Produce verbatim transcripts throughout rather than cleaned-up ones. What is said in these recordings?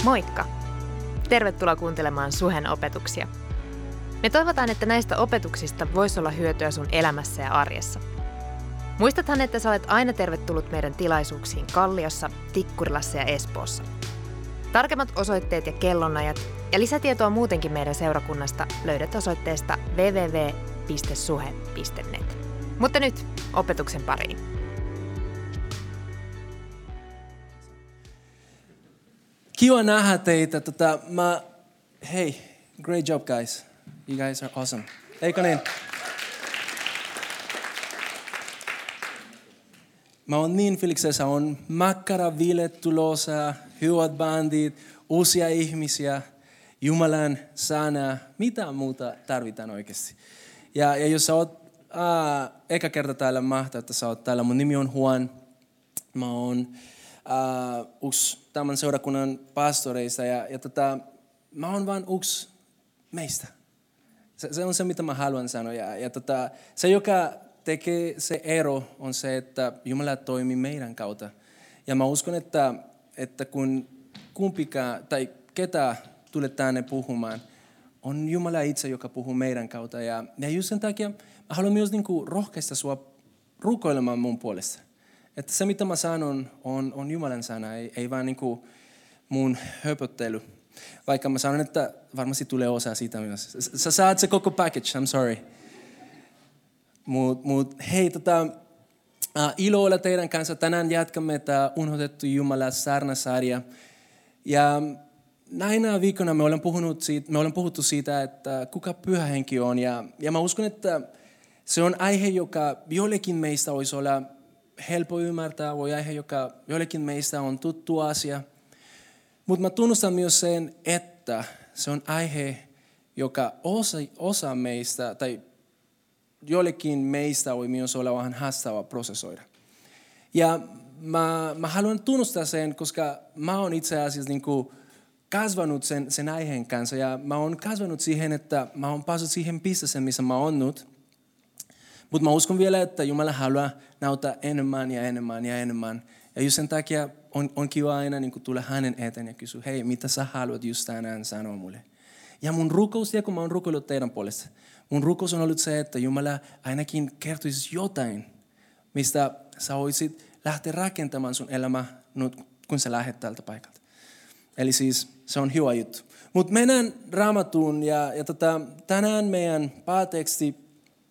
Moikka! Tervetuloa kuuntelemaan Suhen opetuksia. Me toivotaan, että näistä opetuksista voisi olla hyötyä sun elämässä ja arjessa. Muistathan, että sä olet aina tervetullut meidän tilaisuuksiin Kalliossa, Tikkurilassa ja Espoossa. Tarkemmat osoitteet ja kellonajat ja lisätietoa muutenkin meidän seurakunnasta löydät osoitteesta double-u double-u double-u piste suhe piste net. Mutta nyt opetuksen pariin. Kiva nähdä teitä. Tota, mä, hey, great job guys. You guys are awesome. Eikö niin? Mä oon niin filiksessä. On makkara, bilet tulossa, hyvät bandit, uusia ihmisiä, Jumalan sana. Mitä muuta tarvitaan oikeasti? Ja, ja jos sä oot ää, eka kerta täällä, mahtavaa, että sä oot täällä. Mun nimi on Juan. Mä oon Uh, yksi tämän seurakunnan pastoreista ja, ja tota, mä oon vaan yksi meistä. Se, se on se, mitä mä haluan sanoa. Ja, ja tota, se, joka tekee se ero, on se, että Jumala toimii meidän kautta. Ja mä uskon, että, että kun kumpikaan tai ketä tulee tänne puhumaan, on Jumala itse, joka puhuu meidän kautta. Ja, ja just sen takia mä haluan myös niinku rohkaista sua rukoilemaan mun puolesta. Että se, mitä mä sanon, on, on Jumalan sana, ei, ei vaan niin kuin mun höpöttely. Vaikka mä sanon, että varmasti tulee osa siitä myös. Sä saat se koko package, I'm sorry. Mut, mut hei, tota, uh, ilo olla teidän kanssa. Tänään jatkamme tämä Unohdettu Jumala -sarnasarja. Ja näinä viikkoina me ollaan, puhunut siitä, me ollaan puhuttu siitä, että kuka Pyhä Henki on. Ja, ja mä uskon, että se on aihe, joka jollekin meistä olisi olla helppo ymmärtää, voi aihe, joka jollekin meistä on tuttu asia. Mutta mä tunnustan myös sen, että se on aihe, joka osa, osa meistä, tai jollekin meistä voi myös olla vähän haastava prosessoida. Ja mä, mä haluan tunnustaa sen, koska mä oon itse asiassa niin kuin kasvanut sen, sen aiheen kanssa. Ja mä oon kasvanut siihen, että mä oon päässyt siihen pisteeseen, missä mä oon nyt. Mutta mä uskon vielä, että Jumala haluaa näyttää enemmän ja enemmän ja enemmän. Ja just sen takia on, on kiva aina niin tulla hänen eteen ja kysyä, hei, mitä sä haluat just tänään sanoa mulle. Ja mun rukous, tiedä, kun mä oon rukoillut teidän puolesta. Mun rukous on ollut se, että Jumala ainakin kertoisi jotain, mistä sä voisit lähteä rakentamaan sun elämä nyt, kun sä lähdet tältä paikalta. Eli siis se on hyvä juttu. Mutta mennään Raamatuun ja, ja tota, tänään meidän pääteksti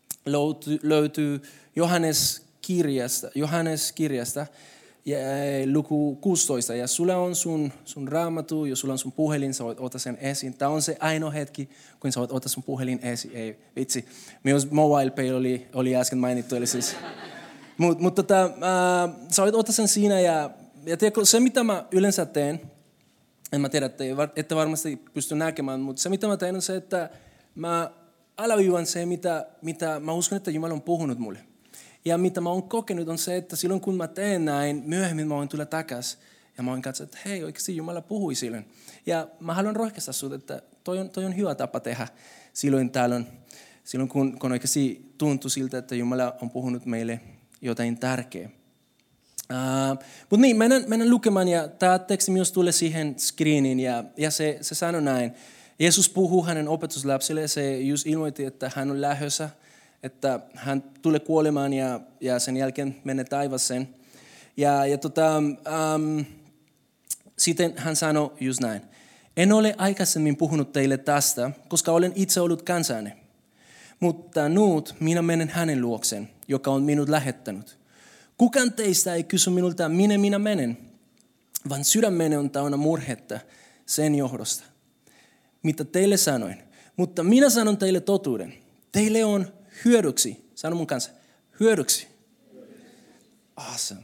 löytyy Johannes kirjasta, Johannes kirjasta ja luku kuusitoista. Ja sulla on sun, sun Raamatu, jos sulla on sun puhelin, sä voit ottaa sen esiin. Tämä on se ainoa hetki, kun sä voit ottaa sun puhelin esiin. Ei, vitsi. Myös MobilePay oli, oli äsken mainittu. Eli siis. Mutta mut, tota, äh, sä voit ottaa sen siinä. Ja, ja tiedätkö, se mitä mä yleensä teen, en mä tiedä, että ette varmasti pysty näkemään, mutta se mitä mä teen on se, että mä alaviivan se, mitä, mitä mä uskon, että Jumala on puhunut mulle. Ja mitä mä oon kokenut on se, että silloin kun mä teen näin, myöhemmin mä voin tulla takaisin. Ja mä voin katsoa, että hei, oikeasti Jumala puhui silloin. Ja mä haluan rohkaista sinut, että toi on, toi on hyvä tapa tehdä silloin tällöin. Silloin kun, kun oikeasti tuntuu siltä, että Jumala on puhunut meille jotain tärkeää. Uh, Mutta niin, mennään, mennään lukemaan ja tämä teksti myös tulee siihen screeniin ja, ja se, se sanoo näin. Jeesus puhuu hänen opetuslapsille, se just ilmoitti, että hän on lähdössä, että hän tulee kuolemaan ja, ja sen jälkeen menee taivaaseen. Ja, ja tota, um, sitten hän sanoi just näin. En ole aikaisemmin puhunut teille tästä, koska olen itse ollut kansanne. Mutta nyt minä menen hänen luokseen, joka on minut lähettänyt. Kukaan teistä ei kysy minulta, minne minä menen, vaan sydämeni on täynnä murhetta sen johdosta. Mitä teille sanoin. Mutta minä sanon teille totuuden. Teille on hyödyksi. Sano mun kanssa. Hyödyksi. Awesome.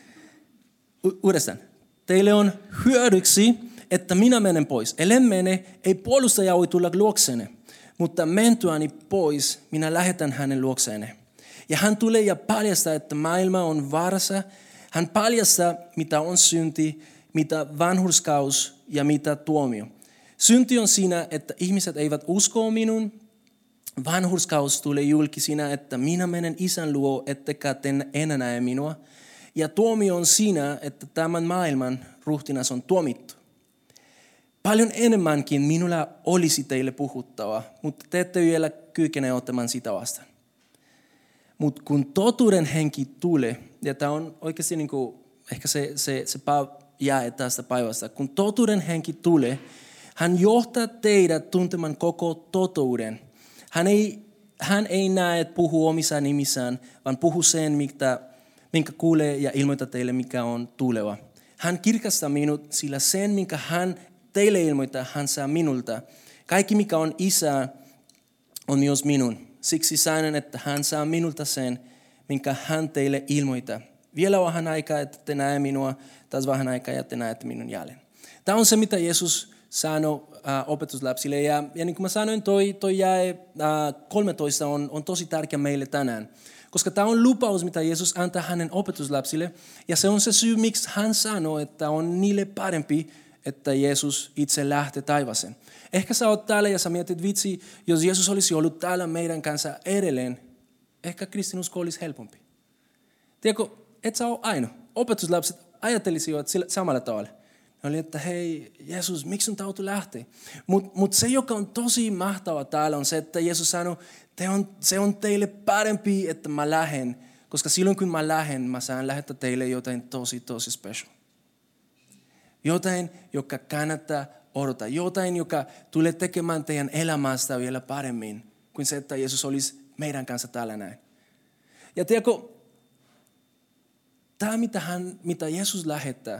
U- uudestaan. Teille on hyödyksi, että minä menen pois. Ellen mene, ei puolustaja voi tulla luoksenne. Mutta mentyäni pois, minä lähetän hänen luokseenne. Ja hän tulee ja paljastaa, että maailma on vaarassa. Hän paljastaa, mitä on synti, mitä vanhurskaus ja mitä tuomio. Synti on siinä, että ihmiset eivät usko minun. Vanhurskaus tulee julki siinä, että minä menen Isän luo, ettekä te enää näe minua. Ja tuomio on siinä, että tämän maailman ruhtinas on tuomittu. Paljon enemmänkin minulla olisi teille puhuttavaa, mutta te ette vielä kykene ottamaan sitä vastaan. Mutta kun totuuden henki tulee, ja tämä on oikeasti niin kuin, ehkä se, se, se jää tästä päivästä, kun totuuden henki tulee, hän johtaa teidät tuntemaan koko totuuden. Hän ei, hän ei näe, että puhuu omissa nimissään, vaan puhuu sen, minkä, minkä kuulee ja ilmoittaa teille, mikä on tuleva. Hän kirkastaa minut, sillä sen, minkä hän teille ilmoittaa, hän saa minulta. Kaikki, mikä on Isä, on myös minun. Siksi sanon, että hän saa minulta sen, minkä hän teille ilmoittaa. Vielä vähän aikaa, että te näe minua, taas vähän aikaa, että te näette minun jälleen. Tämä on se, mitä Jeesus sanoi äh, opetuslapsille. Ja, ja niin kuin mä sanoin, toi, toi jae äh, kolmetoista on, on tosi tärkeä meille tänään. Koska tämä on lupaus, mitä Jeesus antaa hänen opetuslapsille. Ja se on se syy, miksi hän sanoi, että on niille parempi, että Jeesus itse lähtee taivaaseen. Ehkä sä oot täällä ja sä mietit, vitsi, jos Jeesus olisi ollut täällä meidän kanssa edelleen, ehkä kristinusko olisi helpompi. Tiedätkö, et sä ole ainoa. Opetuslapset ajattelisivat samalla tavalla. Ne oli, että hei, Jeesus, miksi sun täytyy lähteä? Mutta mut se, joka on tosi mahtava täällä, on se, että Jeesus sanoi, te on, se on teille parempi, että mä lähden. Koska silloin, kun mä lähden, mä saan lähettää teille jotain tosi, tosi special. Jotain, joka kannattaa odottaa. Jotain, joka tulee tekemään teidän elämästä vielä paremmin kuin se, että Jeesus olisi meidän kanssa täällä näin. Ja tiedätkö, tämä mitä, hän, mitä Jeesus lähettää,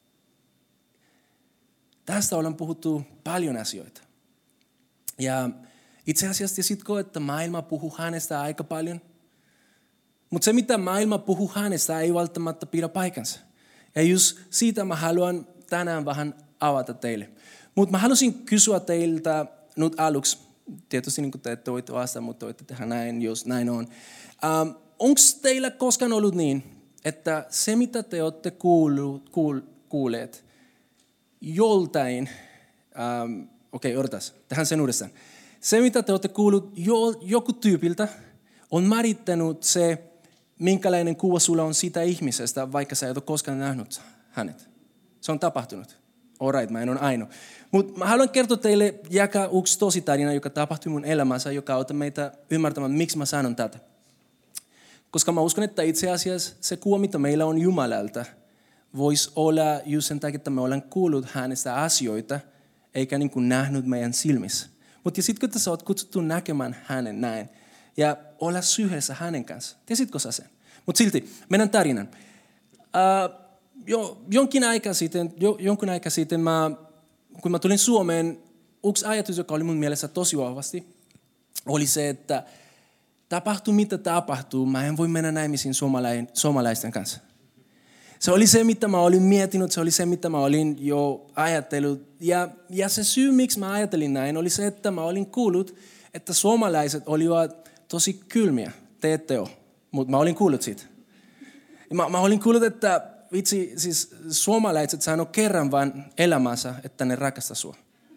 tästä ollaan puhuttu paljon asioita. Ja itse asiassa tiesitkö, että maailma puhuu hänestä aika paljon. Mutta se, mitä maailma puhuu hänestä, ei välttämättä pidä paikansa. Ja just siitä mä haluan tänään vähän avata teille. Mutta mä haluaisin kysyä teiltä nyt aluksi. Tietysti niin kuin te ette voitte vastata, mutta voitte tehdä näin, jos näin on. Ähm, Onko teillä koskaan ollut niin, että se mitä te olette kuulleet, kuul, kuulleet joltain, ähm, okei okay, odotas, tehdään sen uudestaan. Se mitä te olette kuulleet jo, joku tyypiltä on määrittänyt se, minkälainen kuva sulla on sitä ihmisestä, vaikka sä et ole koskaan nähnyt hänet. Se on tapahtunut. Alright, mä en ole ainoa. Mutta mä haluan kertoa teille jakaa yksi tosi tarina, joka tapahtui mun elämässä, joka auttaa meitä ymmärtämään, miksi mä sanon tätä. Koska mä uskon, että itse asiassa se kuva, mitä meillä on Jumalalta, voisi olla just sen takia, että me ollaan kuullut hänestä asioita, eikä niin kuin nähnyt meidän silmissä. Mutta sitten kun sä oot kutsuttu näkemään hänen näin, ja olla syhdessä hänen kanssa. Tiesitkö sä sen? Mutta silti, mennään tarinan. Uh, jo, jonkin aikaa sitten, jo, jonkin aikaa sitten mä, kun mä tulin Suomeen, yksi ajatus, joka oli mun mielessä tosi vahvasti, oli se, että tapahtuu mitä tapahtuu, mä en voi mennä naimisiin suomalaisten kanssa. Se oli se, mitä mä olin miettinyt, se oli se, mitä mä olin jo ajatellut. Ja, ja se syy, miksi mä ajattelin näin, oli se, että mä olin kuullut, että suomalaiset olivat tosi kylmiä. Te ette ole, mutta mä olin kuullut siitä. Mä, mä olin kuullut, että vitsi, siis suomalaiset sanoo kerran vaan elämänsä, että ne rakastaa sua.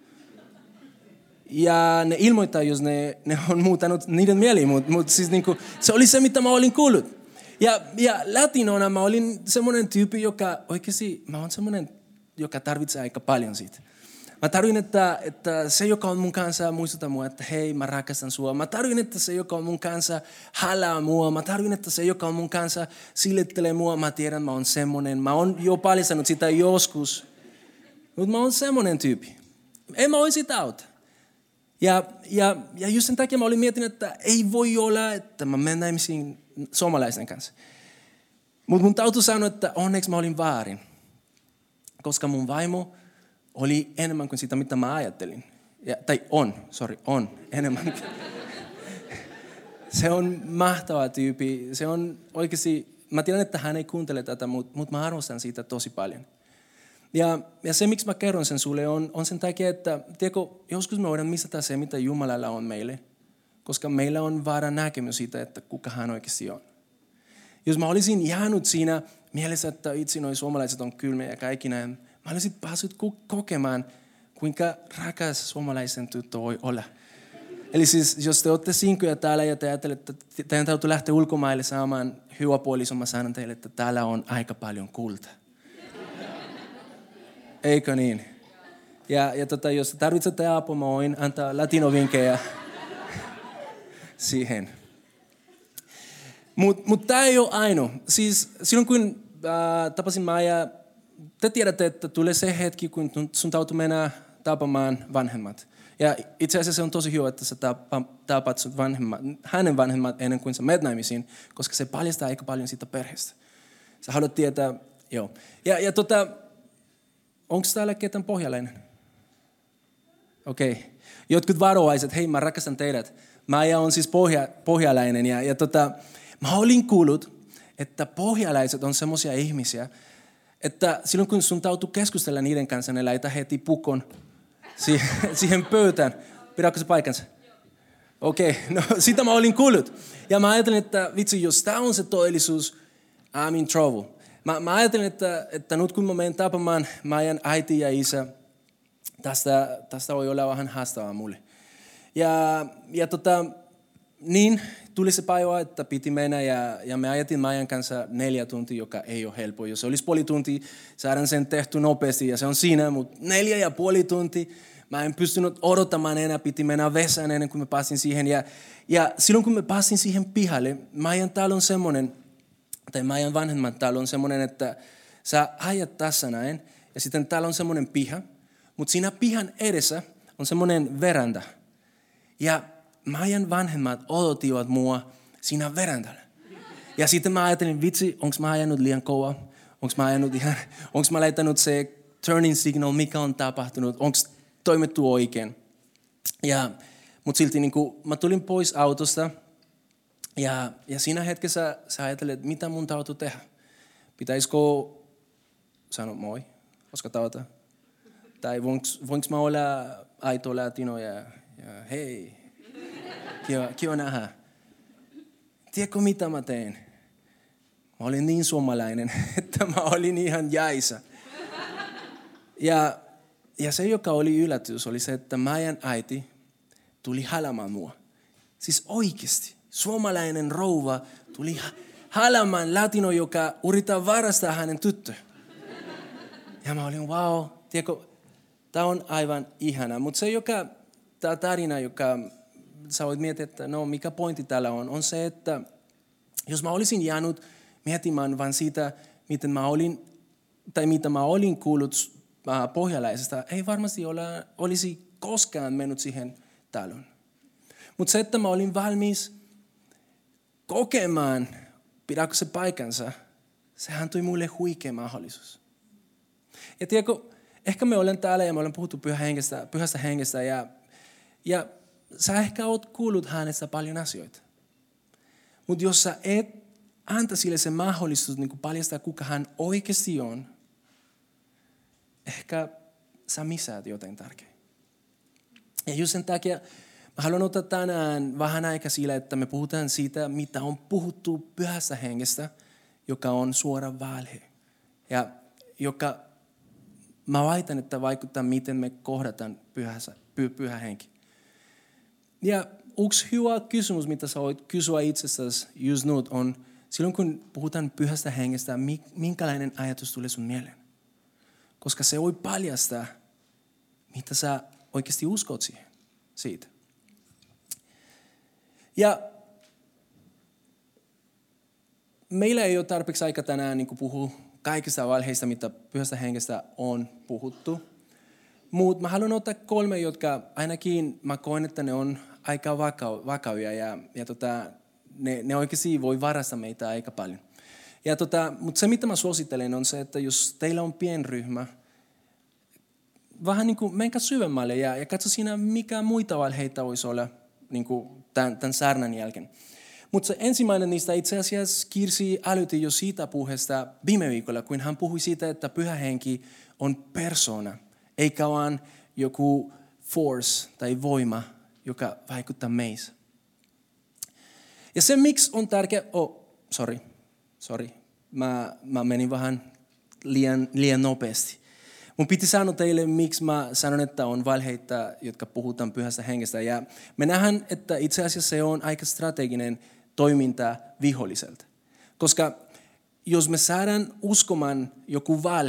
Ja ne ilmoittaa, jos ne, ne on muuttanut niiden mieliin, mutta mut siis niinku, se oli se, mitä mä olin kuullut. Ja, ja latinona mä olin semmoinen tyyppi, joka oikeasti, mä oon semmoinen, joka tarvitsee aika paljon siitä. Mä tarvin, että, että se, joka on mun kanssa, muistuta mua, että hei, mä rakastan sua. Mä tarvin, että se, joka on mun kanssa, halaa mua. Mä tarvin, että se, joka on mun kanssa, silittelee mua. Mä tiedän, mä oon semmoinen. Mä oon jo paljastanut sitä joskus. Mutta mä oon semmoinen tyyppi. En mä voi sitä auttaa. Ja, ja, ja just sen takia mä olin miettinyt, että ei voi olla, että mä menen naimisiin suomalaisten kanssa. Mutta mun täytyy sanoa, että onneksi mä olin väärin. Koska mun vaimo oli enemmän kuin sitä, mitä mä ajattelin. Ja, tai on, sorry, on enemmän. Se on mahtava tyyppi. Se on oikeasti, mä tiedän, että hän ei kuuntele tätä, mutta mut mä arvostan siitä tosi paljon. Ja, ja se, miksi mä kerron sen sulle, on, on sen takia, että tiedätkö, joskus me voidaan missata se, mitä Jumalalla on meille. Koska meillä on väärä näkemys siitä, että kuka hän oikeasti on. Jos mä olisin jäänyt siinä mielessä, että itse noi suomalaiset on kylmiä ja kaikki näin, mä olisin päässyt kokemaan, kuinka rakas suomalaisen tyttö voi olla. Eli siis, jos te olette sinkuja täällä ja te ajattelette, että teidän täytyy lähteä ulkomaille saamaan hyvä puoliso, mä sanon teille, että täällä on aika paljon kulta. Eikö niin? Ja, ja tota, jos tarvitsette apua, mä voin antaa latinovinkkejä siihen. Mutta mut tämä ei ole ainoa. Siis silloin kun äh, tapasin Maija, te tiedätte, että tulee se hetki, kun sun täytyy mennä tapamaan vanhemmat. Ja itse asiassa on tosi hyvä, että sä tapat sun vanhemmat, hänen vanhemmat ennen kuin sä menet naimisiin, koska se paljastaa aika paljon siitä perheestä. Sä haluat tietää, joo. Ja, ja tota, onko täällä ketään pohjalainen? Okei. Okay. Jotkut varoaiset, hei mä rakastan teidät. Maija on siis pohja, pohjalainen ja, ja tota, mä olin kuullut, että pohjalaiset on semmoisia ihmisiä, että silloin kun sun täytyy keskustella niiden kanssa, ne laita heti pukon siihen, siihen pöytään. Pidätkö se paikansa? Okei, okay. No sitä mä olin kuullut. Ja mä ajattelin, että vitsi, jos tää on se todellisuus, I'm in trouble. Mä, mä ajattelin, että, että nyt kun mä menen tapamaan Maijan äiti ja isä, tästä, tästä voi olla vähän haastavaa mulle. Ja, ja tota, niin tuli se päivä, että piti mennä ja, ja me ajatin Maijan kanssa neljä tuntia, joka ei ole helppo. Jos olisi puoli tuntia, saadaan sen tehty nopeasti ja se on siinä, mutta neljä ja puoli tuntia. Mä en pystynyt odottamaan enää, piti mennä vessaan ennen kuin mä pääsin siihen. Ja, ja silloin kun mä pääsin siihen pihalle, Maijan talo on semmoinen, tai Maijan vanhemman talo on semmoinen, että sä ajat tässä näin ja sitten täällä on semmoinen piha, mutta siinä pihan edessä on semmoinen veranda. Ja Maijan vanhemmat odottivat mua siinä verandalla. Ja sitten mä ajattelin, vitsi, onko mä ajanut liian kova? Onko mä ajanut ihan, onko mä laittanut se turning signal, mikä on tapahtunut? Onko toimittu oikein? Ja, mutta silti niin kuin, mä tulin pois autosta ja, ja siinä hetkessä sä ajattelet, mitä mun täytyy tehdä? Pitäisikö sanoa moi, koska tauta? Tai voinko, voinko mä olla aito latino ja, ja hei, kiva, kiva nähdä. Tiedätkö mitä mä tein? Mä olin niin suomalainen, että mä olin ihan jäisä. Ja, ja se, joka oli yllätys, oli se, että Maijan äiti tuli halamaan mua. Siis oikeasti, suomalainen rouva tuli halamaan latino, joka yrittää varastaa hänen tyttö. Ja mä olin, wow, tiedätkö, tää on aivan ihana. Mutta se, joka, tää tarina, joka sä voit miettiä, että no mikä pointti täällä on, on se, että jos mä olisin jäänyt miettimään vaan siitä, miten mä olin, tai mitä mä olin kuullut äh, pohjalaisesta, ei varmasti ole, olisi koskaan mennyt siihen taloon. Mutta se, että mä olin valmis kokemaan, pidäkö se paikansa, sehän tuli mulle huikea mahdollisuus. Ja tiedätkö, ehkä me olen täällä ja me olen puhuttu pyhä hengestä, pyhästä hengestä ja, ja sä ehkä oot kuullut hänestä paljon asioita. Mutta jos sä et anta sille se mahdollisuus niin paljastaa, kuka hän oikeasti on, ehkä sä missaat jotain tärkeää. Ja just sen takia mä haluan ottaa tänään vähän aikaa sillä, että me puhutaan siitä, mitä on puhuttu pyhästä hengestä, joka on suora valhe. Ja joka mä väitän, että vaikuttaa, miten me kohdataan pyhässä, py, pyhä henki. Ja yksi hyvä kysymys, mitä sä voit kysyä itsestäsi just nyt, on silloin kun puhutaan pyhästä hengestä, minkälainen ajatus tulee sun mieleen? Koska se voi paljastaa, mitä sä oikeasti uskot siihen, siitä. Ja meillä ei ole tarpeeksi aika tänään niin puhua kaikista valheista, mitä pyhästä hengestä on puhuttu. Mutta mä haluan ottaa kolme, jotka ainakin mä koen, että ne on aika vakavia ja, ja tota, ne, ne oikeasti voi varastaa meitä aika paljon. Ja tota, mutta se, mitä mä suosittelen, on se, että jos teillä on pienryhmä, vähän niin kuin menkää syvemmälle ja, ja katso siinä, mikä muita valheita voisi olla niin kuin tämän, tämän saarnan jälkeen. Mutta se ensimmäinen niistä itse asiassa Kirsi aloitti jo siitä puheesta viime viikolla, kun hän puhui siitä, että pyhä henki on persona, eikä vaan joku force tai voima, joka vaikuttaa meissä. Ja se, miksi on tärkeä... Oh, sorry, sorry. Mä, mä menin vähän liian, liian nopeasti. Mun piti sanoa teille, miksi mä sanon, että on valheita, jotka puhutaan pyhästä hengestä. Ja me nähdään, että itse asiassa se on aika strateginen toiminta viholliselta. Koska jos me saadaan uskomaan joku valhe,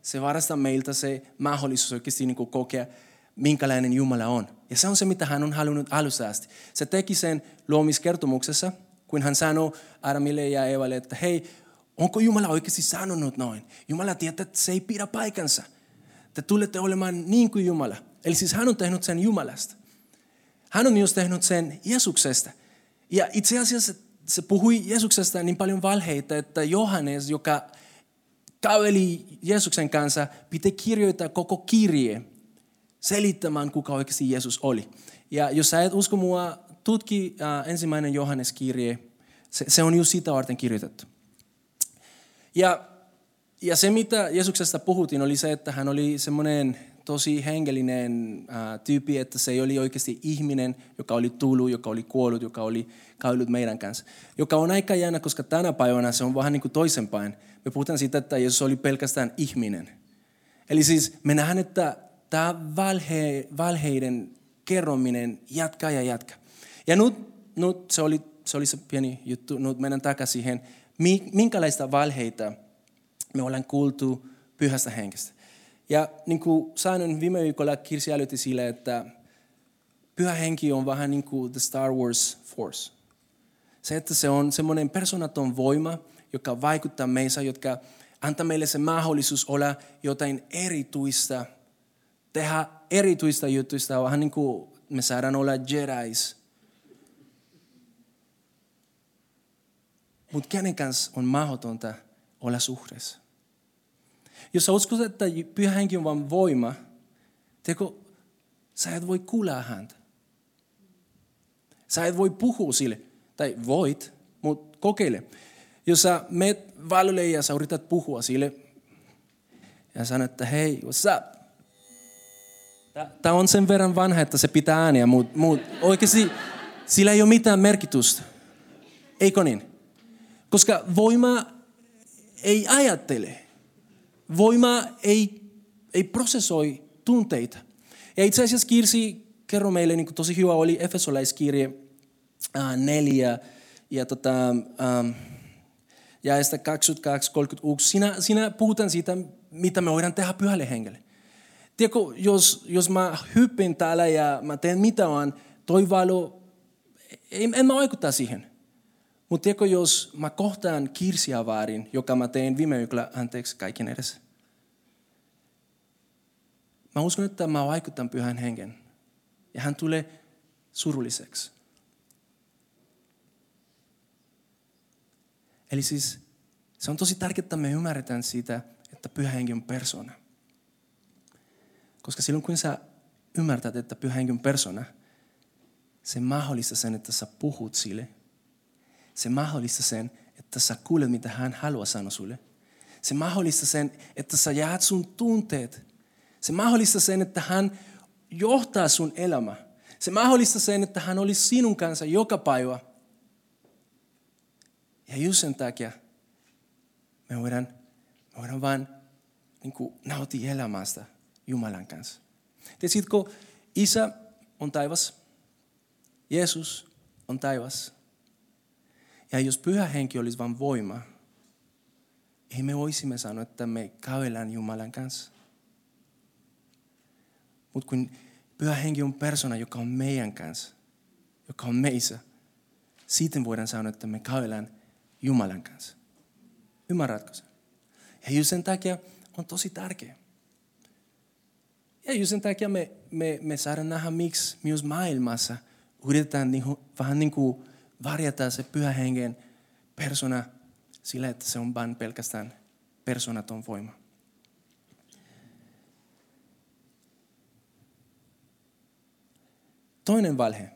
se varastaa meiltä se mahdollisuus oikeasti niin kuin kokea, minkälainen Jumala on. Ja se on se, mitä hän on halunnut alusta asti. Se teki sen luomiskertomuksessa, kun hän sanoi Adamille ja Eevalle, että hei, onko Jumala oikeasti sanonut noin? Jumala tietää, että se ei pidä paikansa. Te tulette olemaan niin kuin Jumala. Eli siis hän on tehnyt sen Jumalasta. Hän on myös tehnyt sen Jeesuksesta. Ja itse asiassa se puhui Jeesuksesta niin paljon valheita, että Johannes, joka käveli Jeesuksen kanssa, piti kirjoittaa koko kirje selittämään, kuka oikeasti Jeesus oli. Ja jos sä et usko mua, tutki äh, ensimmäinen Johannes-kirje. Se, se on just sitä varten kirjoitettu. Ja, ja se, mitä Jeesuksesta puhuttiin, oli se, että hän oli semmoinen tosi hengellinen äh, tyyppi, että se ei oli oikeasti ihminen, joka oli tullut, joka oli kuollut, joka oli käynyt meidän kanssa. Joka on aika jännä, koska tänä päivänä se on vähän niin kuin toisenpäin. Me puhutaan siitä, että Jeesus oli pelkästään ihminen. Eli siis me nähdään, että tämä valhe, valheiden kerrominen jatkaa ja jatkaa. Ja nyt, nyt se, oli, se oli se pieni juttu, nyt mennään takaisin siihen, minkälaista valheita me ollaan kuultu Pyhästä Hengestä. Ja niin kuin sanoin viime viikolla, Kirsi älytti sille, että Pyhä Henki on vähän niin kuin the Star Wars Force. Se, että se on semmoinen persoonaton voima, joka vaikuttaa meissä, jotka antaa meille se mahdollisuus olla jotain erityistä, tehdä erityistä jutuista, vähän niin kuin me saadaan olla Jedis. Mutta kenen kanssa on mahdotonta olla suhteessa? Jos sä uskot, että Pyhä Henki on vain voima, teko, sä et voi kuulla häntä. Sä et voi puhua sille. Tai voit, mutta kokeile. Jos sä menet valolle ja sä yrität puhua sille, ja sanot, että hei, what's up? Tämä on sen verran vanha, että se pitää ääniä, mutta mut, oikeasti sillä ei ole mitään merkitystä. Eikö niin? Koska voima ei ajattele. Voima ei, ei prosessoi tunteita. Ja itse asiassa Kirsi kerro meille, niin kuin tosi hyvä oli Efesolaiskirje äh, neljä ja tota, ähm, jaesta kaksikymmentäkaksi kolmekymmentäyksi. Siinä, siinä puhutaan siitä, mitä me voidaan tehdä Pyhälle Hengelle. Tiedätkö, jos, jos mä hyppin täällä ja mä teen mitä vaan, toi valo, en, en mä vaikuttaa siihen. Mutta tiedätkö, jos mä kohtaan Kirsiä väärin, joka mä tein viime viikolla, anteeksi kaiken edessä. Mä uskon, että mä vaikutan Pyhän Hengen. Ja hän tulee surulliseksi. Eli siis se on tosi tärkeää, että me ymmärretään siitä, että Pyhä Henki on persona. Koska silloin kun sä ymmärtät, että Pyhä Henki on persona, se mahdollistaa sen, että sä puhut sille. Se mahdollistaa sen, että sä kuulet, mitä hän haluaa sanoa sulle. Se mahdollistaa sen, että sä jaat sun tunteet. Se mahdollistaa sen, että hän johtaa sun elämää. Se mahdollistaa sen, että hän olisi sinun kanssa joka päivä. Ja just sen takia me voidaan, me voidaan vaan niin kuin nauttia elämästä Jumalan kanssa. Tiedätkö, Isä on taivas, Jeesus on taivas. Ja jos Pyhä Henki olisi vain voima, ei me voisimme sanoa, että me kävellään Jumalan kanssa. Mutta kun Pyhä Henki on persona, joka on meidän kanssa, joka on meissä, sitten voidaan sanoa, että me kävellään Jumalan kanssa. Ymmärrätkö sen? Ja just sen takia on tosi tärkeä. Ja just sen takia me, me, me saadaan nähdä, miksi myös maailmassa yritetään niin, vähän niin kuin varjata se Pyhä Hengen persona sillä, että se on vain pelkästään persoonaton voima. Toinen valhe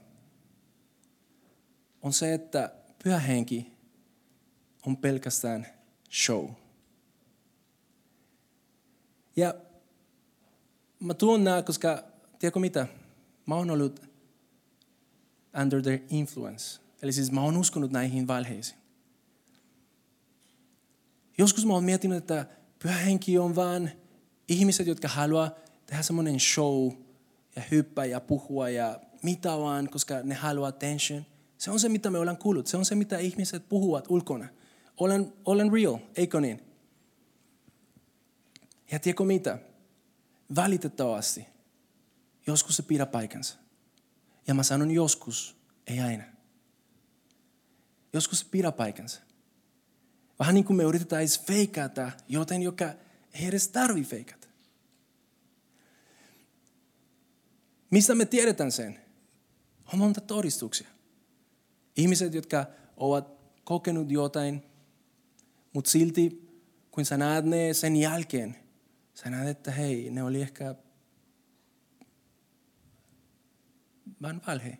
on se, että Pyhä Henki on pelkästään show. Ja mä tuon nää, koska tiedätkö mitä? Mä oon ollut under their influence. Eli siis mä oon uskonut näihin valheisiin. Joskus mä oon miettinyt, että Pyhä Henki on vaan ihmiset, jotka haluaa tehdä semmoinen show ja hyppää ja puhua ja mitä vaan, koska ne haluaa attention. Se on se, mitä me ollaan kuullut. Se on se, mitä ihmiset puhuvat ulkona. Olen, olen real, eikö niin? Ja tiedätkö mitä? Valitettavasti. Joskus se pidä paikansa. Ja mä sanon joskus, ei aina. Joskus se pidä paikansa. Vähän niin kuin me yritetään edes feikata joten, joka ei edes tarvi feikata. Mistä me tiedetään sen? On monta todistuksia. Ihmiset, jotka ovat kokenut jotain, mutta silti kun sä näet ne sen jälkeen, sä näet, että hei, ne oli ehkä vaan valhe.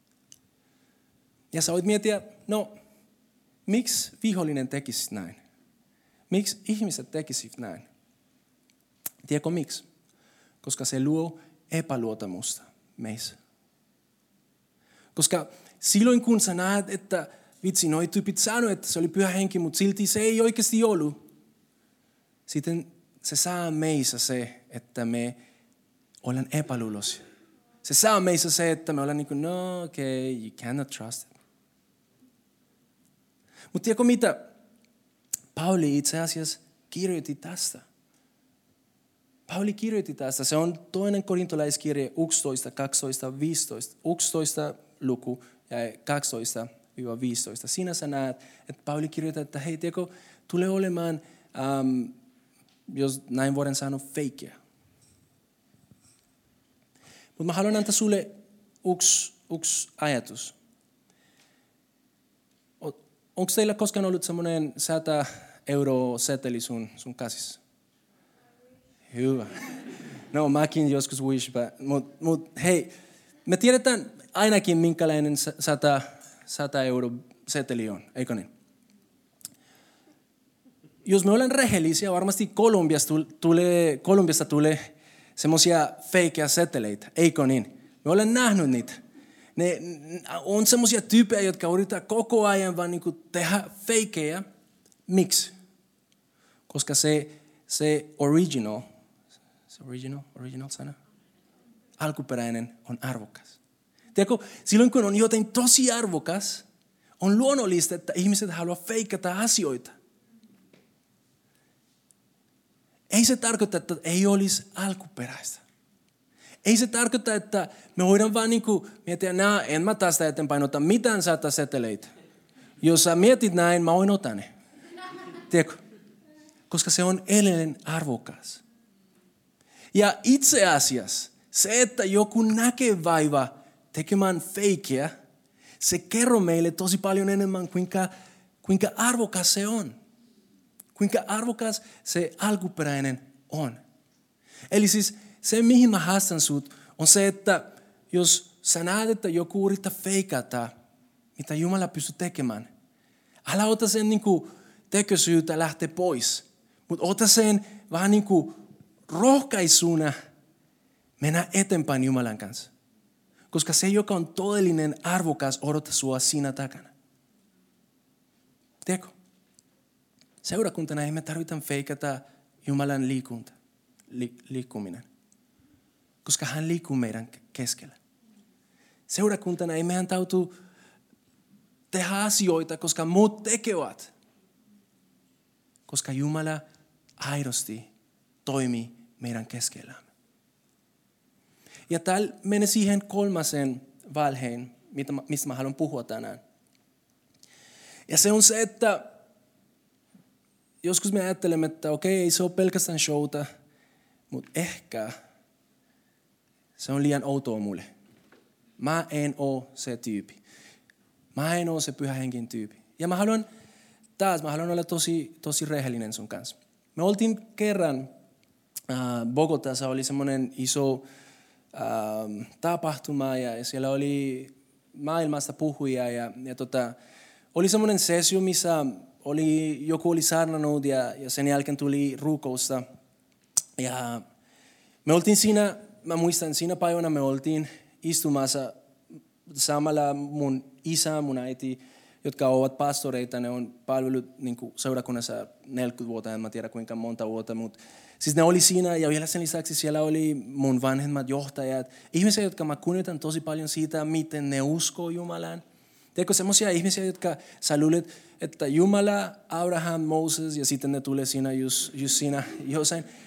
Ja sä voit miettiä, no, miksi vihollinen tekisi näin? Miksi ihmiset tekisivät näin? Tiedätkö miksi? Koska se luo epäluotamusta meissä. Koska silloin kun sä näet, että vitsi, noi tyypit sanoi, että se oli pyhä henki, mutta silti se ei oikeasti ollut. Sitten se saa meissä se, että me ollaan epäluuloisia. Se saa meissä se, että me ollaan niin kuin, no okei, okay, you cannot trust it. Mutta tiedätkö mitä? Pauli itse asiassa kirjoitti tästä. Pauli kirjoitti tästä. Se on toinen korintolaiskirje yksitoista, kaksitoista, viisitoista. yksitoista luku ja kaksitoista viisitoista. Siinä sä näet, että Pauli kirjoittaa, että hei, tiedätkö, tulee olemaan, um, jos näin voidaan sanoa, feikkiä. Mutta mä haluan antaa sulle yksi, yksi ajatus. Onko teillä koskaan ollut semmoinen sata euro seteli sun, sun käsissä? Hyvä. No mäkin joskus wish, mutta mut, hei, me tiedetään ainakin minkälainen sata, sata euro seteli on, eikö niin? Jos me ollaan rehellisiä, varmasti Kolumbiasta tulee, Kolumbiasta tulee semmoisia feikejä seteleitä, eikö niin? Me ollaan nähnyt niitä. Ne on semmoisia tyyppejä, jotka yrittää koko ajan vaan niinku tehdä feikejä. Miksi? Koska se, se original, se original, original sana, alkuperäinen on arvokas. Tiedätkö, silloin kun on jotain tosi arvokas, on luonnollista, että ihmiset haluaa feikata asioita. Ei se tarkoita, että ei olisi alkuperäistä. Ei se tarkoita, että me voidaan vaan niin kuin miettiä, nää, en mä tästä eteenpäin ota mitään sata seteleitä. Jos sä mietit näin, mä voin ottaa ne. Tiedätkö? Koska se on edelleen arvokas. Ja itse asiassa se, että joku näkee vaiva tekemään feikkiä, se kerro meille tosi paljon enemmän, kuinka, kuinka arvokas se on. Kuinka arvokas se alkuperäinen on. Eli siis se, mihin mä haastan sut, on se, että jos sä näet, että joku yrittää feikata, mitä Jumala pystyy tekemään, älä ota sen niin kuin tekösyytä lähteä pois, mutta ota sen vähän niin kuin rohkaisuna mennä eteenpäin Jumalan kanssa. Koska se, joka on todellinen arvokas, odottaa sua siinä takana. Tiedätkö? Seurakuntana ei me tarvitaan feikata Jumalan liikunta, li, liikkuminen. Koska hän liikkuu meidän keskellä. Seurakuntana ei meidän tautu tehdä asioita, koska muut tekevät. Koska Jumala aidosti toimii meidän keskellämme. Ja täällä menee siihen kolmaseen valheen, mistä mä haluan puhua tänään. Ja se on se, että joskus me ajattelemme, että okei, ei se ole pelkästään showta, mutta ehkä se on liian outoa mulle. Mä en ole se tyyppi. Mä en ole se pyhä henkin tyyppi. Ja mä haluan, taas mä haluan olla tosi, tosi rehellinen sun kanssa. Me oltiin kerran, äh, Bogotassa oli semmoinen iso äh, tapahtuma ja, ja siellä oli maailmasta puhujia ja, ja tota, oli semmoinen sessio, missä oli, joku oli saarnannut ja, ja sen jälkeen tuli rukousta. Ja me oltiin siinä, mä muistan, siinä päivänä me oltiin istumassa samalla mun isä, mun äiti, jotka ovat pastoreita, ne on palvellut niin kuin seurakunnassa neljäkymmentä vuotta, en mä tiedä kuinka monta vuotta, mutta siis ne oli siinä ja vielä sen lisäksi siellä oli mun vanhemmat johtajat, ihmisiä, jotka mä kunnioitan tosi paljon siitä, miten ne uskoo Jumalaan. Tiedätkö, semmoisia ihmisiä, jotka sä luulet, että Jumala, Abraham, Moses ja sitten ne tulee siinä just, just siinä jossain.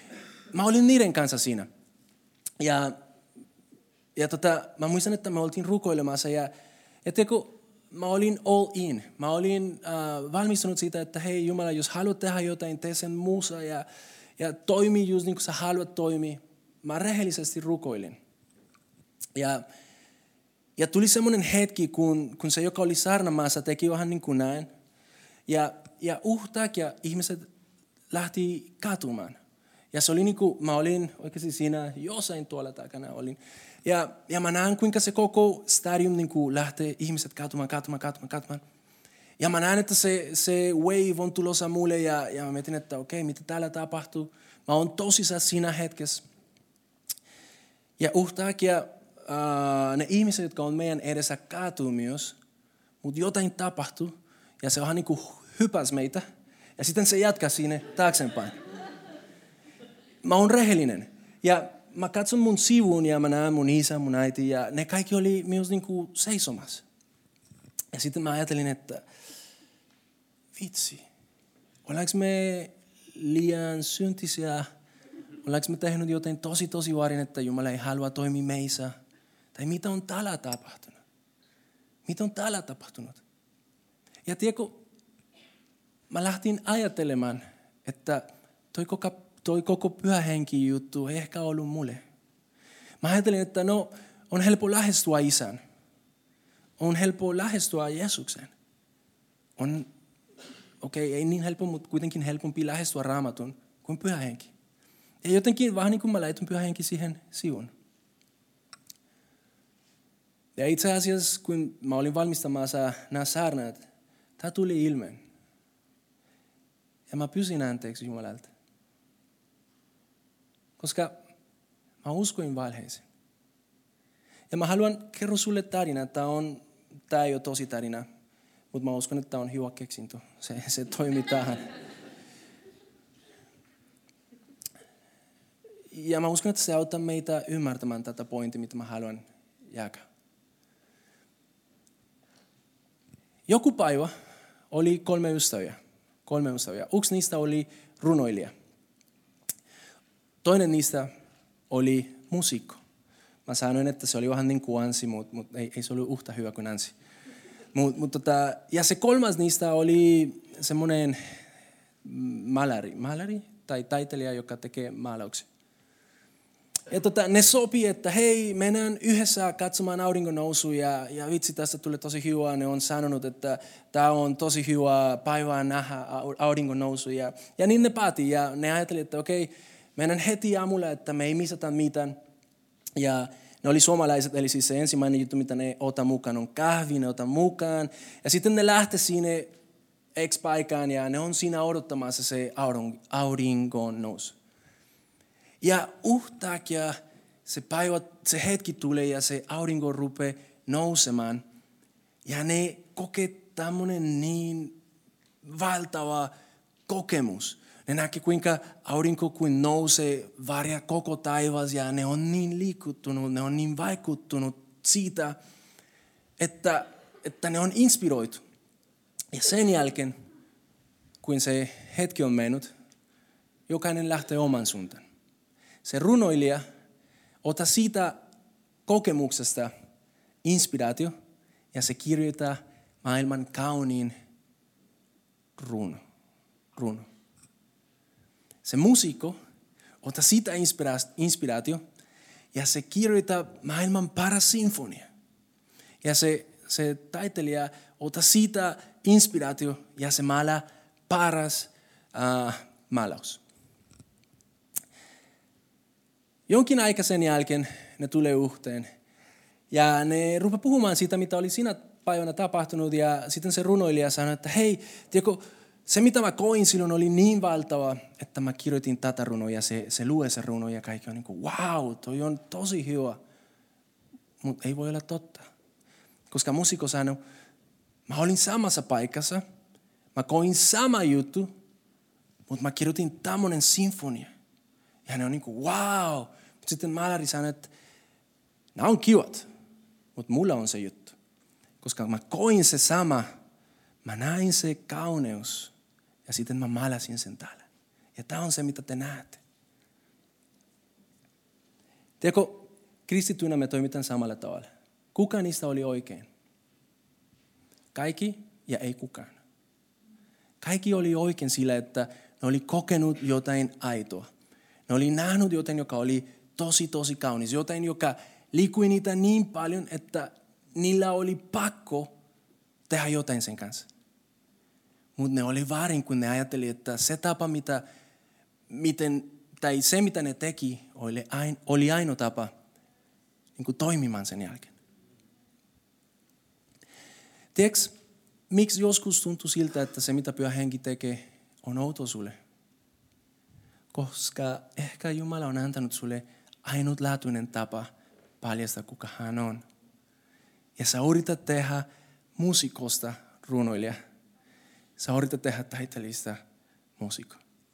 mä olin niiden kanssa siinä. Ja, ja tota, mä muistan, että me oltiin rukoilemassa ja, ja teko, mä olin all in. Mä olin äh, valmistunut siitä, että hei Jumala, jos haluat tehdä jotain, tee sen muussa ja, ja toimi just niin kuin sä haluat toimia. Mä rehellisesti rukoilin. Ja, ja tuli semmoinen hetki, kun, kun se, joka oli saarnamaassa, teki vähän niin kuin näin. Ja, ja yhtäkkiä ihmiset lähti katumaan. Ja se oli niin kuin, mä olin oikeasti siinä jossain tuolla takana olin. Ja, ja mä näen, kuinka se koko stadium niin kuin lähtee ihmiset katumaan, katumaan, katumaan, katumaan. Ja mä näen, että se, se wave on tulossa mulle ja, ja mä mietin, että okei, okay, mitä täällä tapahtuu. Mä oon tosissaan siinä hetkessä. Ja yhtäkkiä uh, ne ihmiset, jotka on meidän edessä, kaatuu myös, mutta jotain tapahtuu ja se onhan niin kuin hypäs meitä ja sitten se jatkaa siinä taaksepäin. Mä oon rehellinen ja mä katson mun sivuun ja mä näen mun isä, mun äiti ja ne kaikki oli myös niin kuin seisomassa. Ja sitten mä ajattelin, että vitsi, ollaanko me liian syntisiä? Ollaanko me tehnyt jotain tosi tosi vaarin, että Jumala ei halua toimia meissä? Tai mitä on täällä tapahtunut? Mitä on täällä tapahtunut? Ja tiedätkö, mä lähtin ajattelemaan, että toi koko, toi koko pyhä henki juttu ei ehkä ollut mulle. Mä ajattelin, että no, on helppo lähestyä isän. On helppo lähestyä Jeesuksen. On, okei, okay, ei niin helppo, mutta kuitenkin helpompi lähestyä Raamatun kuin pyhä henki. Ja jotenkin vähän niin kuin mä laitoin pyhä henki siihen sivuun. Ja itse asiassa, kun mä olin valmistamassa nämä saarnat, tämä tuli ilmeen. Ja mä pyysin anteeksi Jumalalta. Koska mä uskoin valheeseen. Ja mä haluan kertoa sulle tarina. Tämä, on, tämä ei ole tosi tarina, mutta mä uskon, että tämä on hyvä keksintö. Se, se toimii tähän. Ja mä uskon, että se auttaa meitä ymmärtämään tätä pointtia, mitä mä haluan jakaa. Joku päivä oli kolme ystäviä. Kolme ystäviä. Yksi niistä oli runoilija. Toinen niistä oli musiikko. Mä sanoin, että se oli vähän niin kuin Ansi, mutta mut ei, ei se ollut yhtä hyvä kuin Ansi. Mut, mut tota, ja se kolmas niistä oli semmoinen malari, malari tai taiteilija, joka tekee maalauksia. Ja tota, ne sopii, että hei, mennään yhdessä katsomaan auringon nousua ja, ja vitsi, tästä tulee tosi hyvä. Ne on sanonut, että tämä on tosi hyvä päivää nähdä auringon nousu. Ja, ja niin ne päätti ja ne ajatteli, että okei, mennään heti aamulla, että me ei missata mitään. Ja ne oli suomalaiset, eli siis se ensimmäinen juttu, mitä ne ota mukaan, on kahvi, ne ota mukaan. Ja sitten ne lähtee sinne X-paikaan ja ne on siinä odottamassa se auringon nousu. Ja yhtäkkiä se päivä, se hetki tulee ja se aurinko rupeaa nousemaan. Ja ne kokee tämmöinen niin valtava kokemus. Ne näkee kuinka aurinko kuin nousee varja koko taivas ja ne on niin liikuttunut, ne on niin vaikuttunut siitä, että, että ne on inspiroitu. Ja sen jälkeen, kun se hetki on mennyt, jokainen lähtee oman suuntaan. Se runoilija ottaa siitä kokemuksesta inspiraatio ja se kirjoittaa maailman kauniin runo. runo. Se musiikko ottaa siitä inspiraatio ja se kirjoittaa maailman paras sinfonia. Ja se, se taiteilija ottaa siitä inspiraatio ja se maalaa paras uh, maalaus. Jonkin aika sen jälkeen ne tulee yhteen ja ne rupeaa puhumaan siitä, mitä oli siinä päivänä tapahtunut. Ja sitten se runoilija sanoi, että hei, tiedätkö, se mitä mä koin silloin oli niin valtava, että mä kirjoitin tätä runoa ja se, se lue se runo ja kaikki on niin kuin, wow, toi on tosi hyvä. Mutta ei voi olla totta. Koska musiikko sanoi, mä olin samassa paikassa, mä koin sama juttu, mutta mä kirjoitin tämmöinen sinfonia. Ja ne on niin kuin, wow. Mutta sitten maalari sanoi, että nämä on kivat, mutta mulla on se juttu. Koska mä koin se sama, mä näin se kauneus ja sitten mä maalasin sen täällä. Ja tämä on se, mitä te näette. Tiedätkö, kristittyinä me toimitaan samalla tavalla. Kuka niistä oli oikein? Kaikki ja ei kukaan. Kaikki oli oikein sillä, että ne oli kokenut jotain aitoa. Ne oli nähnyt jotain, joka oli tosi, tosi kaunis. Jotain, joka liikkui niitä niin paljon, että niillä oli pakko tehdä jotain sen kanssa. Mutta ne oli väärin, kun ne ajatteli, että se tapa, mitä, miten, tai se mitä ne teki, oli, ain, oli ainoa tapa niin kuin toimimaan sen jälkeen. Tiedätkö, miksi joskus tuntuu siltä, että se mitä Pyhä Henki tekee on outo sulle? Koska ehkä Jumala on antanut sulle ainutlaatuinen tapa paljastaa, kuka hän on. Ja sä yrität tehdä muusikosta runoilija. Sä yrität tehdä taiteilijasta muusikko.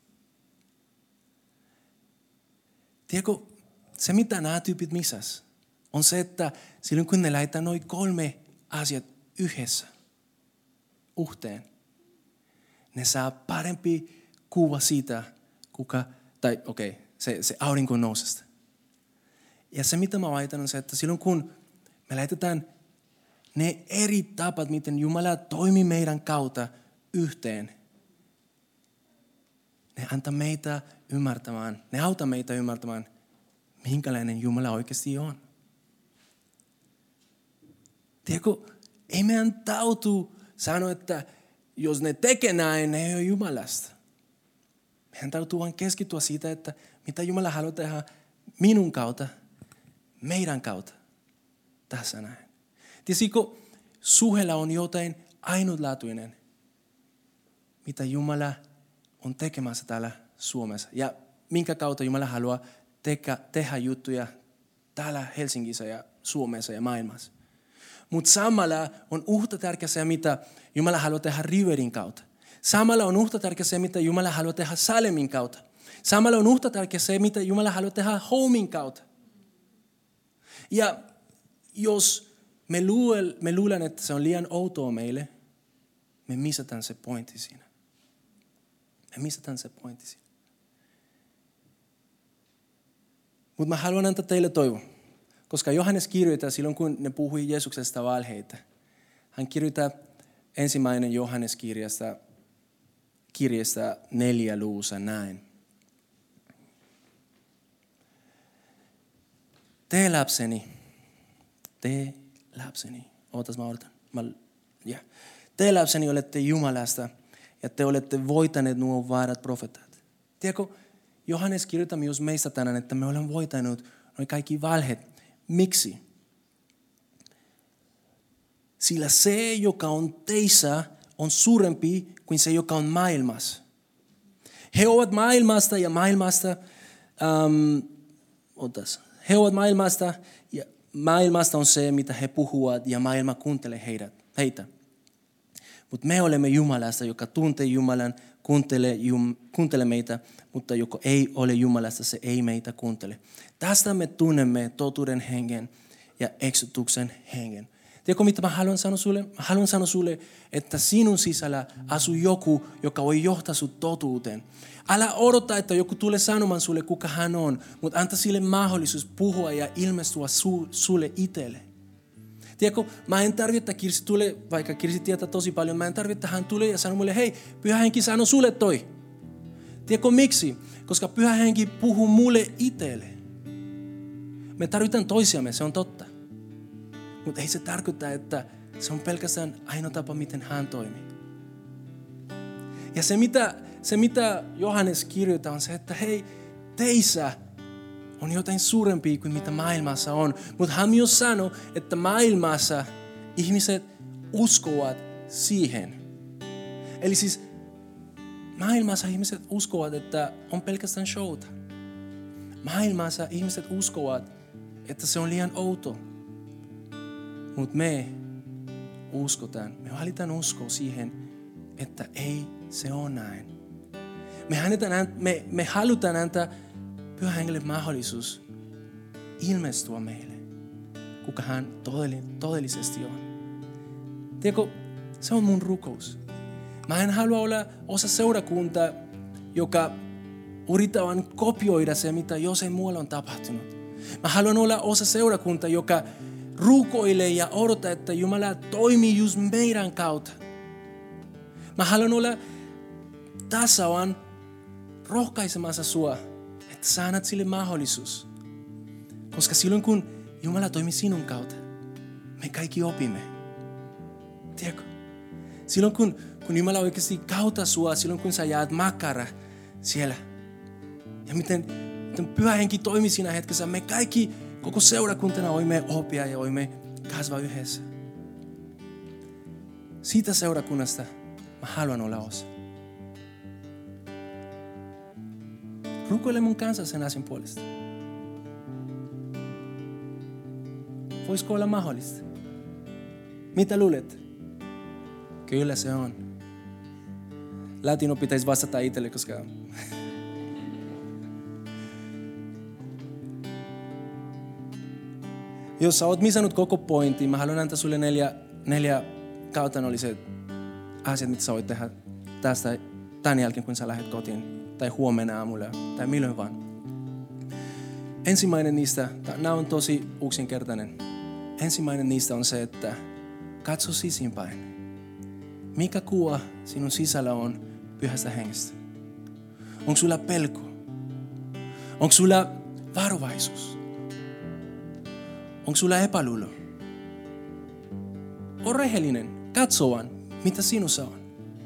Tiedätkö, se mitä nämä tyypit missas, on se, että silloin kun ne laittaa noin kolme asiat yhdessä, yhteen, ne saa parempi kuva siitä, kuka, tai okei, okay, se, se aurinko nousesta. Ja se mitä mä väitän on se, että silloin kun me laitetaan ne eri tapat, miten Jumala toimii meidän kautta yhteen, ne antaa meitä ymmärtämään, ne auttaa meitä ymmärtämään, minkälainen Jumala oikeasti on. Tiedätkö, ei meidän tautu sanoa, että jos ne tekee näin, ne ei ole Jumalasta. Meidän täytyy vain keskittyä siitä, että mitä Jumala haluaa tehdä minun kautta, meidän kautta, tässä näin. Tiedätkö, suhella on jotain ainutlaatuinen, mitä Jumala on tekemässä täällä Suomessa. Ja minkä kautta Jumala haluaa teka, tehdä juttuja täällä Helsingissä ja Suomessa ja maailmassa. Mutta samalla on yhtä tärkeää se, mitä Jumala haluaa tehdä Riverin kautta. Samalla on yhtä tärkeää se, mitä Jumala haluaa tehdä Salemin kautta. Samalla on yhtä tärkeää se, mitä Jumala haluaa tehdä Homin kautta. Ja jos me, luul, me luulen, että se on liian outoa meille, me missataan se pointti siinä. Me missataan se pointti siinä. Mutta mä haluan antaa teille toivon. Koska Johannes kirjoittaa silloin, kun ne puhui Jeesuksesta valheita. Hän kirjoittaa ensimmäinen Johannes kirjasta, kirjasta neljä luvussa näin. Te lapseni, te lapseni, ootas mä odotan. Mä, yeah. Te lapseni olette Jumalasta ja te olette voitaneet nuo väärät profeetat. Tiedätkö, Johannes kirjoittaa myös meistä tänään, että me olemme voitaneet nuo kaikki valheet. Miksi? Sillä se, joka on teissä, on suurempi kuin se, joka on maailmassa. He ovat maailmasta ja maailmasta, um, otas, he ovat maailmasta ja maailmasta on se, mitä he puhuvat ja maailma kuuntelee heidät, heitä. Mutta me olemme Jumalasta, joka tuntee Jumalan, kuuntelee, jum, kuuntelee meitä, mutta joka ei ole Jumalasta, se ei meitä kuuntele. Tästä me tunnemme totuuden hengen ja eksytuksen hengen. Tiedätkö, mitä mä haluan sanoa sulle? Mä haluan sanoa sulle, että sinun sisällä asuu joku, joka voi johtaa sut totuuteen. Älä odota, että joku tulee sanomaan sulle, kuka hän on, mutta anta sille mahdollisuus puhua ja ilmestyä su, sulle itselle. Tiedätkö, mä en tarvitse, että Kirsi tulee, vaikka Kirsi tietää tosi paljon, mä en tarvitse, että hän tulee ja sanoo mulle, hei, Pyhä Henki sanoo sulle toi. Tiedätkö miksi? Koska Pyhä Henki puhuu mulle itselle. Me tarvitaan toisiamme, se on totta. Mutta ei se tarkoita, että se on pelkästään ainoa tapa, miten hän toimii. Ja se mitä, se, mitä Johannes kirjoittaa, on se, että hei, teissä on jotain suurempia kuin mitä maailmassa on. Mutta hän myös sanoo, että maailmassa ihmiset uskovat siihen. Eli siis maailmassa ihmiset uskovat, että on pelkästään showta. Maailmassa ihmiset uskovat, että se on liian outo. Mutta me uskotaan, me valitaan uskoa siihen, että ei se ole näin. Me, annetaan, me, me halutaan antaa Pyhä Hengelle mahdollisuus ilmestyä meille, kuka hän todellisesti on. Tiedätkö, se on mun rukous. Mä en halua olla osa seurakuntaa, joka yrittää vain kopioida se, mitä jossain muualla on tapahtunut. Mä haluan olla osa seurakuntaa, joka rukoilee ja odottaa, että Jumala toimii just meidän kautta. Mä haluan olla tasavan rohkaisemassa sua, että sä annat sille mahdollisuus. Koska silloin kun Jumala toimii sinun kautta, me kaikki opimme. Tiedätkö? Silloin kun, kun Jumala oikeasti kautta sua, silloin kun sä jäät makara siellä. Ja miten, miten Pyhä Henki toimii siinä hetkessä, me kaikki koko seurakuntana voimme oppia ja voimme kasvaa yhdessä. Siitä seurakunnasta mä haluan olla osa. Rukoile mun kanssa sen asian puolesta. Voisiko olla mahdollista? Mitä luulet? Kyllä se on. Latino pitäisi vastata itselle, koska... Jos sä oot missannut koko pointin, mä haluan antaa sulle neljä, neljä kautanolliset asiat, mitä sä voit tehdä tästä tämän jälkeen, kun sä lähdet kotiin. Tai huomenna aamulla, tai milloin vaan. Ensimmäinen niistä, nämä on tosi yksinkertainen. Ensimmäinen niistä on se, että katso sisimpäin. Mikä kuva sinun sisällä on Pyhästä Hengestä? Onko sulla pelko? Onko sulla varovaisuus? Onko sulla epäluulo? On rehellinen, katso vaan, mitä sinussa on.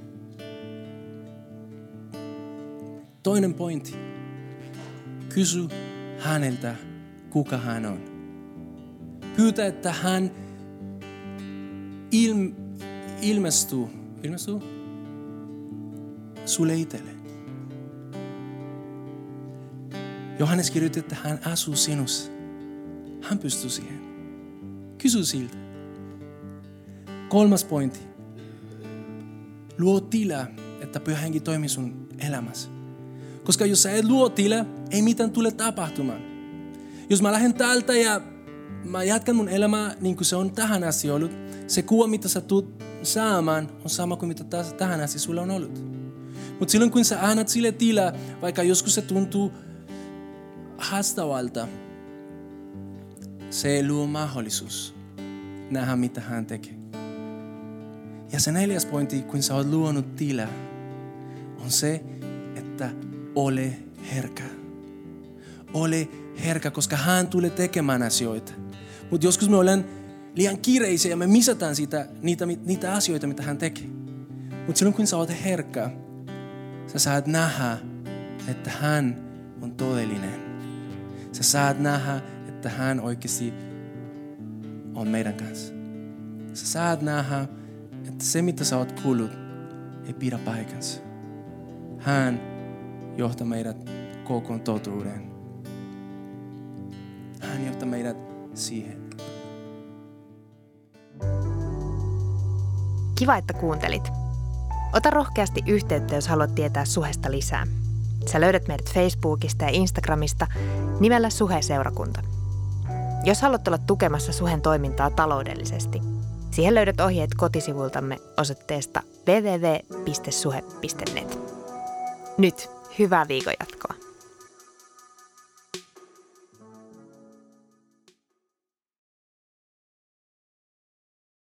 Toinen pointti. Kysy häneltä, kuka hän on. Pyytä, että hän ilm, ilmestyy, ilmestyy sulle itselle. Johannes kirjoitti, että hän asuu sinussa. Hän pystyy siihen. Kysy siltä. Kolmas pointti. Luo tilaa, että Pyhä Henki toimii sun elämässä. Koska jos sä et luo tilaa, ei mitään tule tapahtumaan. Jos mä lähden täältä ja mä jatkan mun elämää niin kuin se on tähän asti ollut, se kuva, mitä sä tulet saamaan, on sama kuin mitä tähän asti sulla on ollut. Mutta silloin kun sä annat sille tilaa, vaikka joskus se tuntuu haastavalta, se luo mahdollisuus nähdä, mitä hän tekee. Ja se neljäs pointti, kun sä oot luonut tilaa, on se, että ole herkä. Ole herkä, koska hän tulee tekemään asioita. Mutta joskus me ollaan liian kiireisiä ja me misataan sitä, niitä, niitä asioita, mitä hän tekee. Mutta silloin kun sä oot herkkä, sä saat nähdä, että hän on todellinen. Sä saat nähdä, että hän oikeasti on meidän kanssa. Sä saat nähdä, että se mitä sä oot kuullut ei pidä paikansa. Hän johtaa meidät koko totuuden. Hän johtaa meidät siihen. Kiva, että kuuntelit. Ota rohkeasti yhteyttä, jos haluat tietää Suhesta lisää. Sä löydät meidät Facebookista ja Instagramista nimellä Suhe-seurakunta. Jos haluat olla tukemassa Suhen toimintaa taloudellisesti, siihen löydät ohjeet kotisivuiltamme osoitteesta double-u double-u double-u piste suhe piste net. Nyt hyvää viikon jatkoa.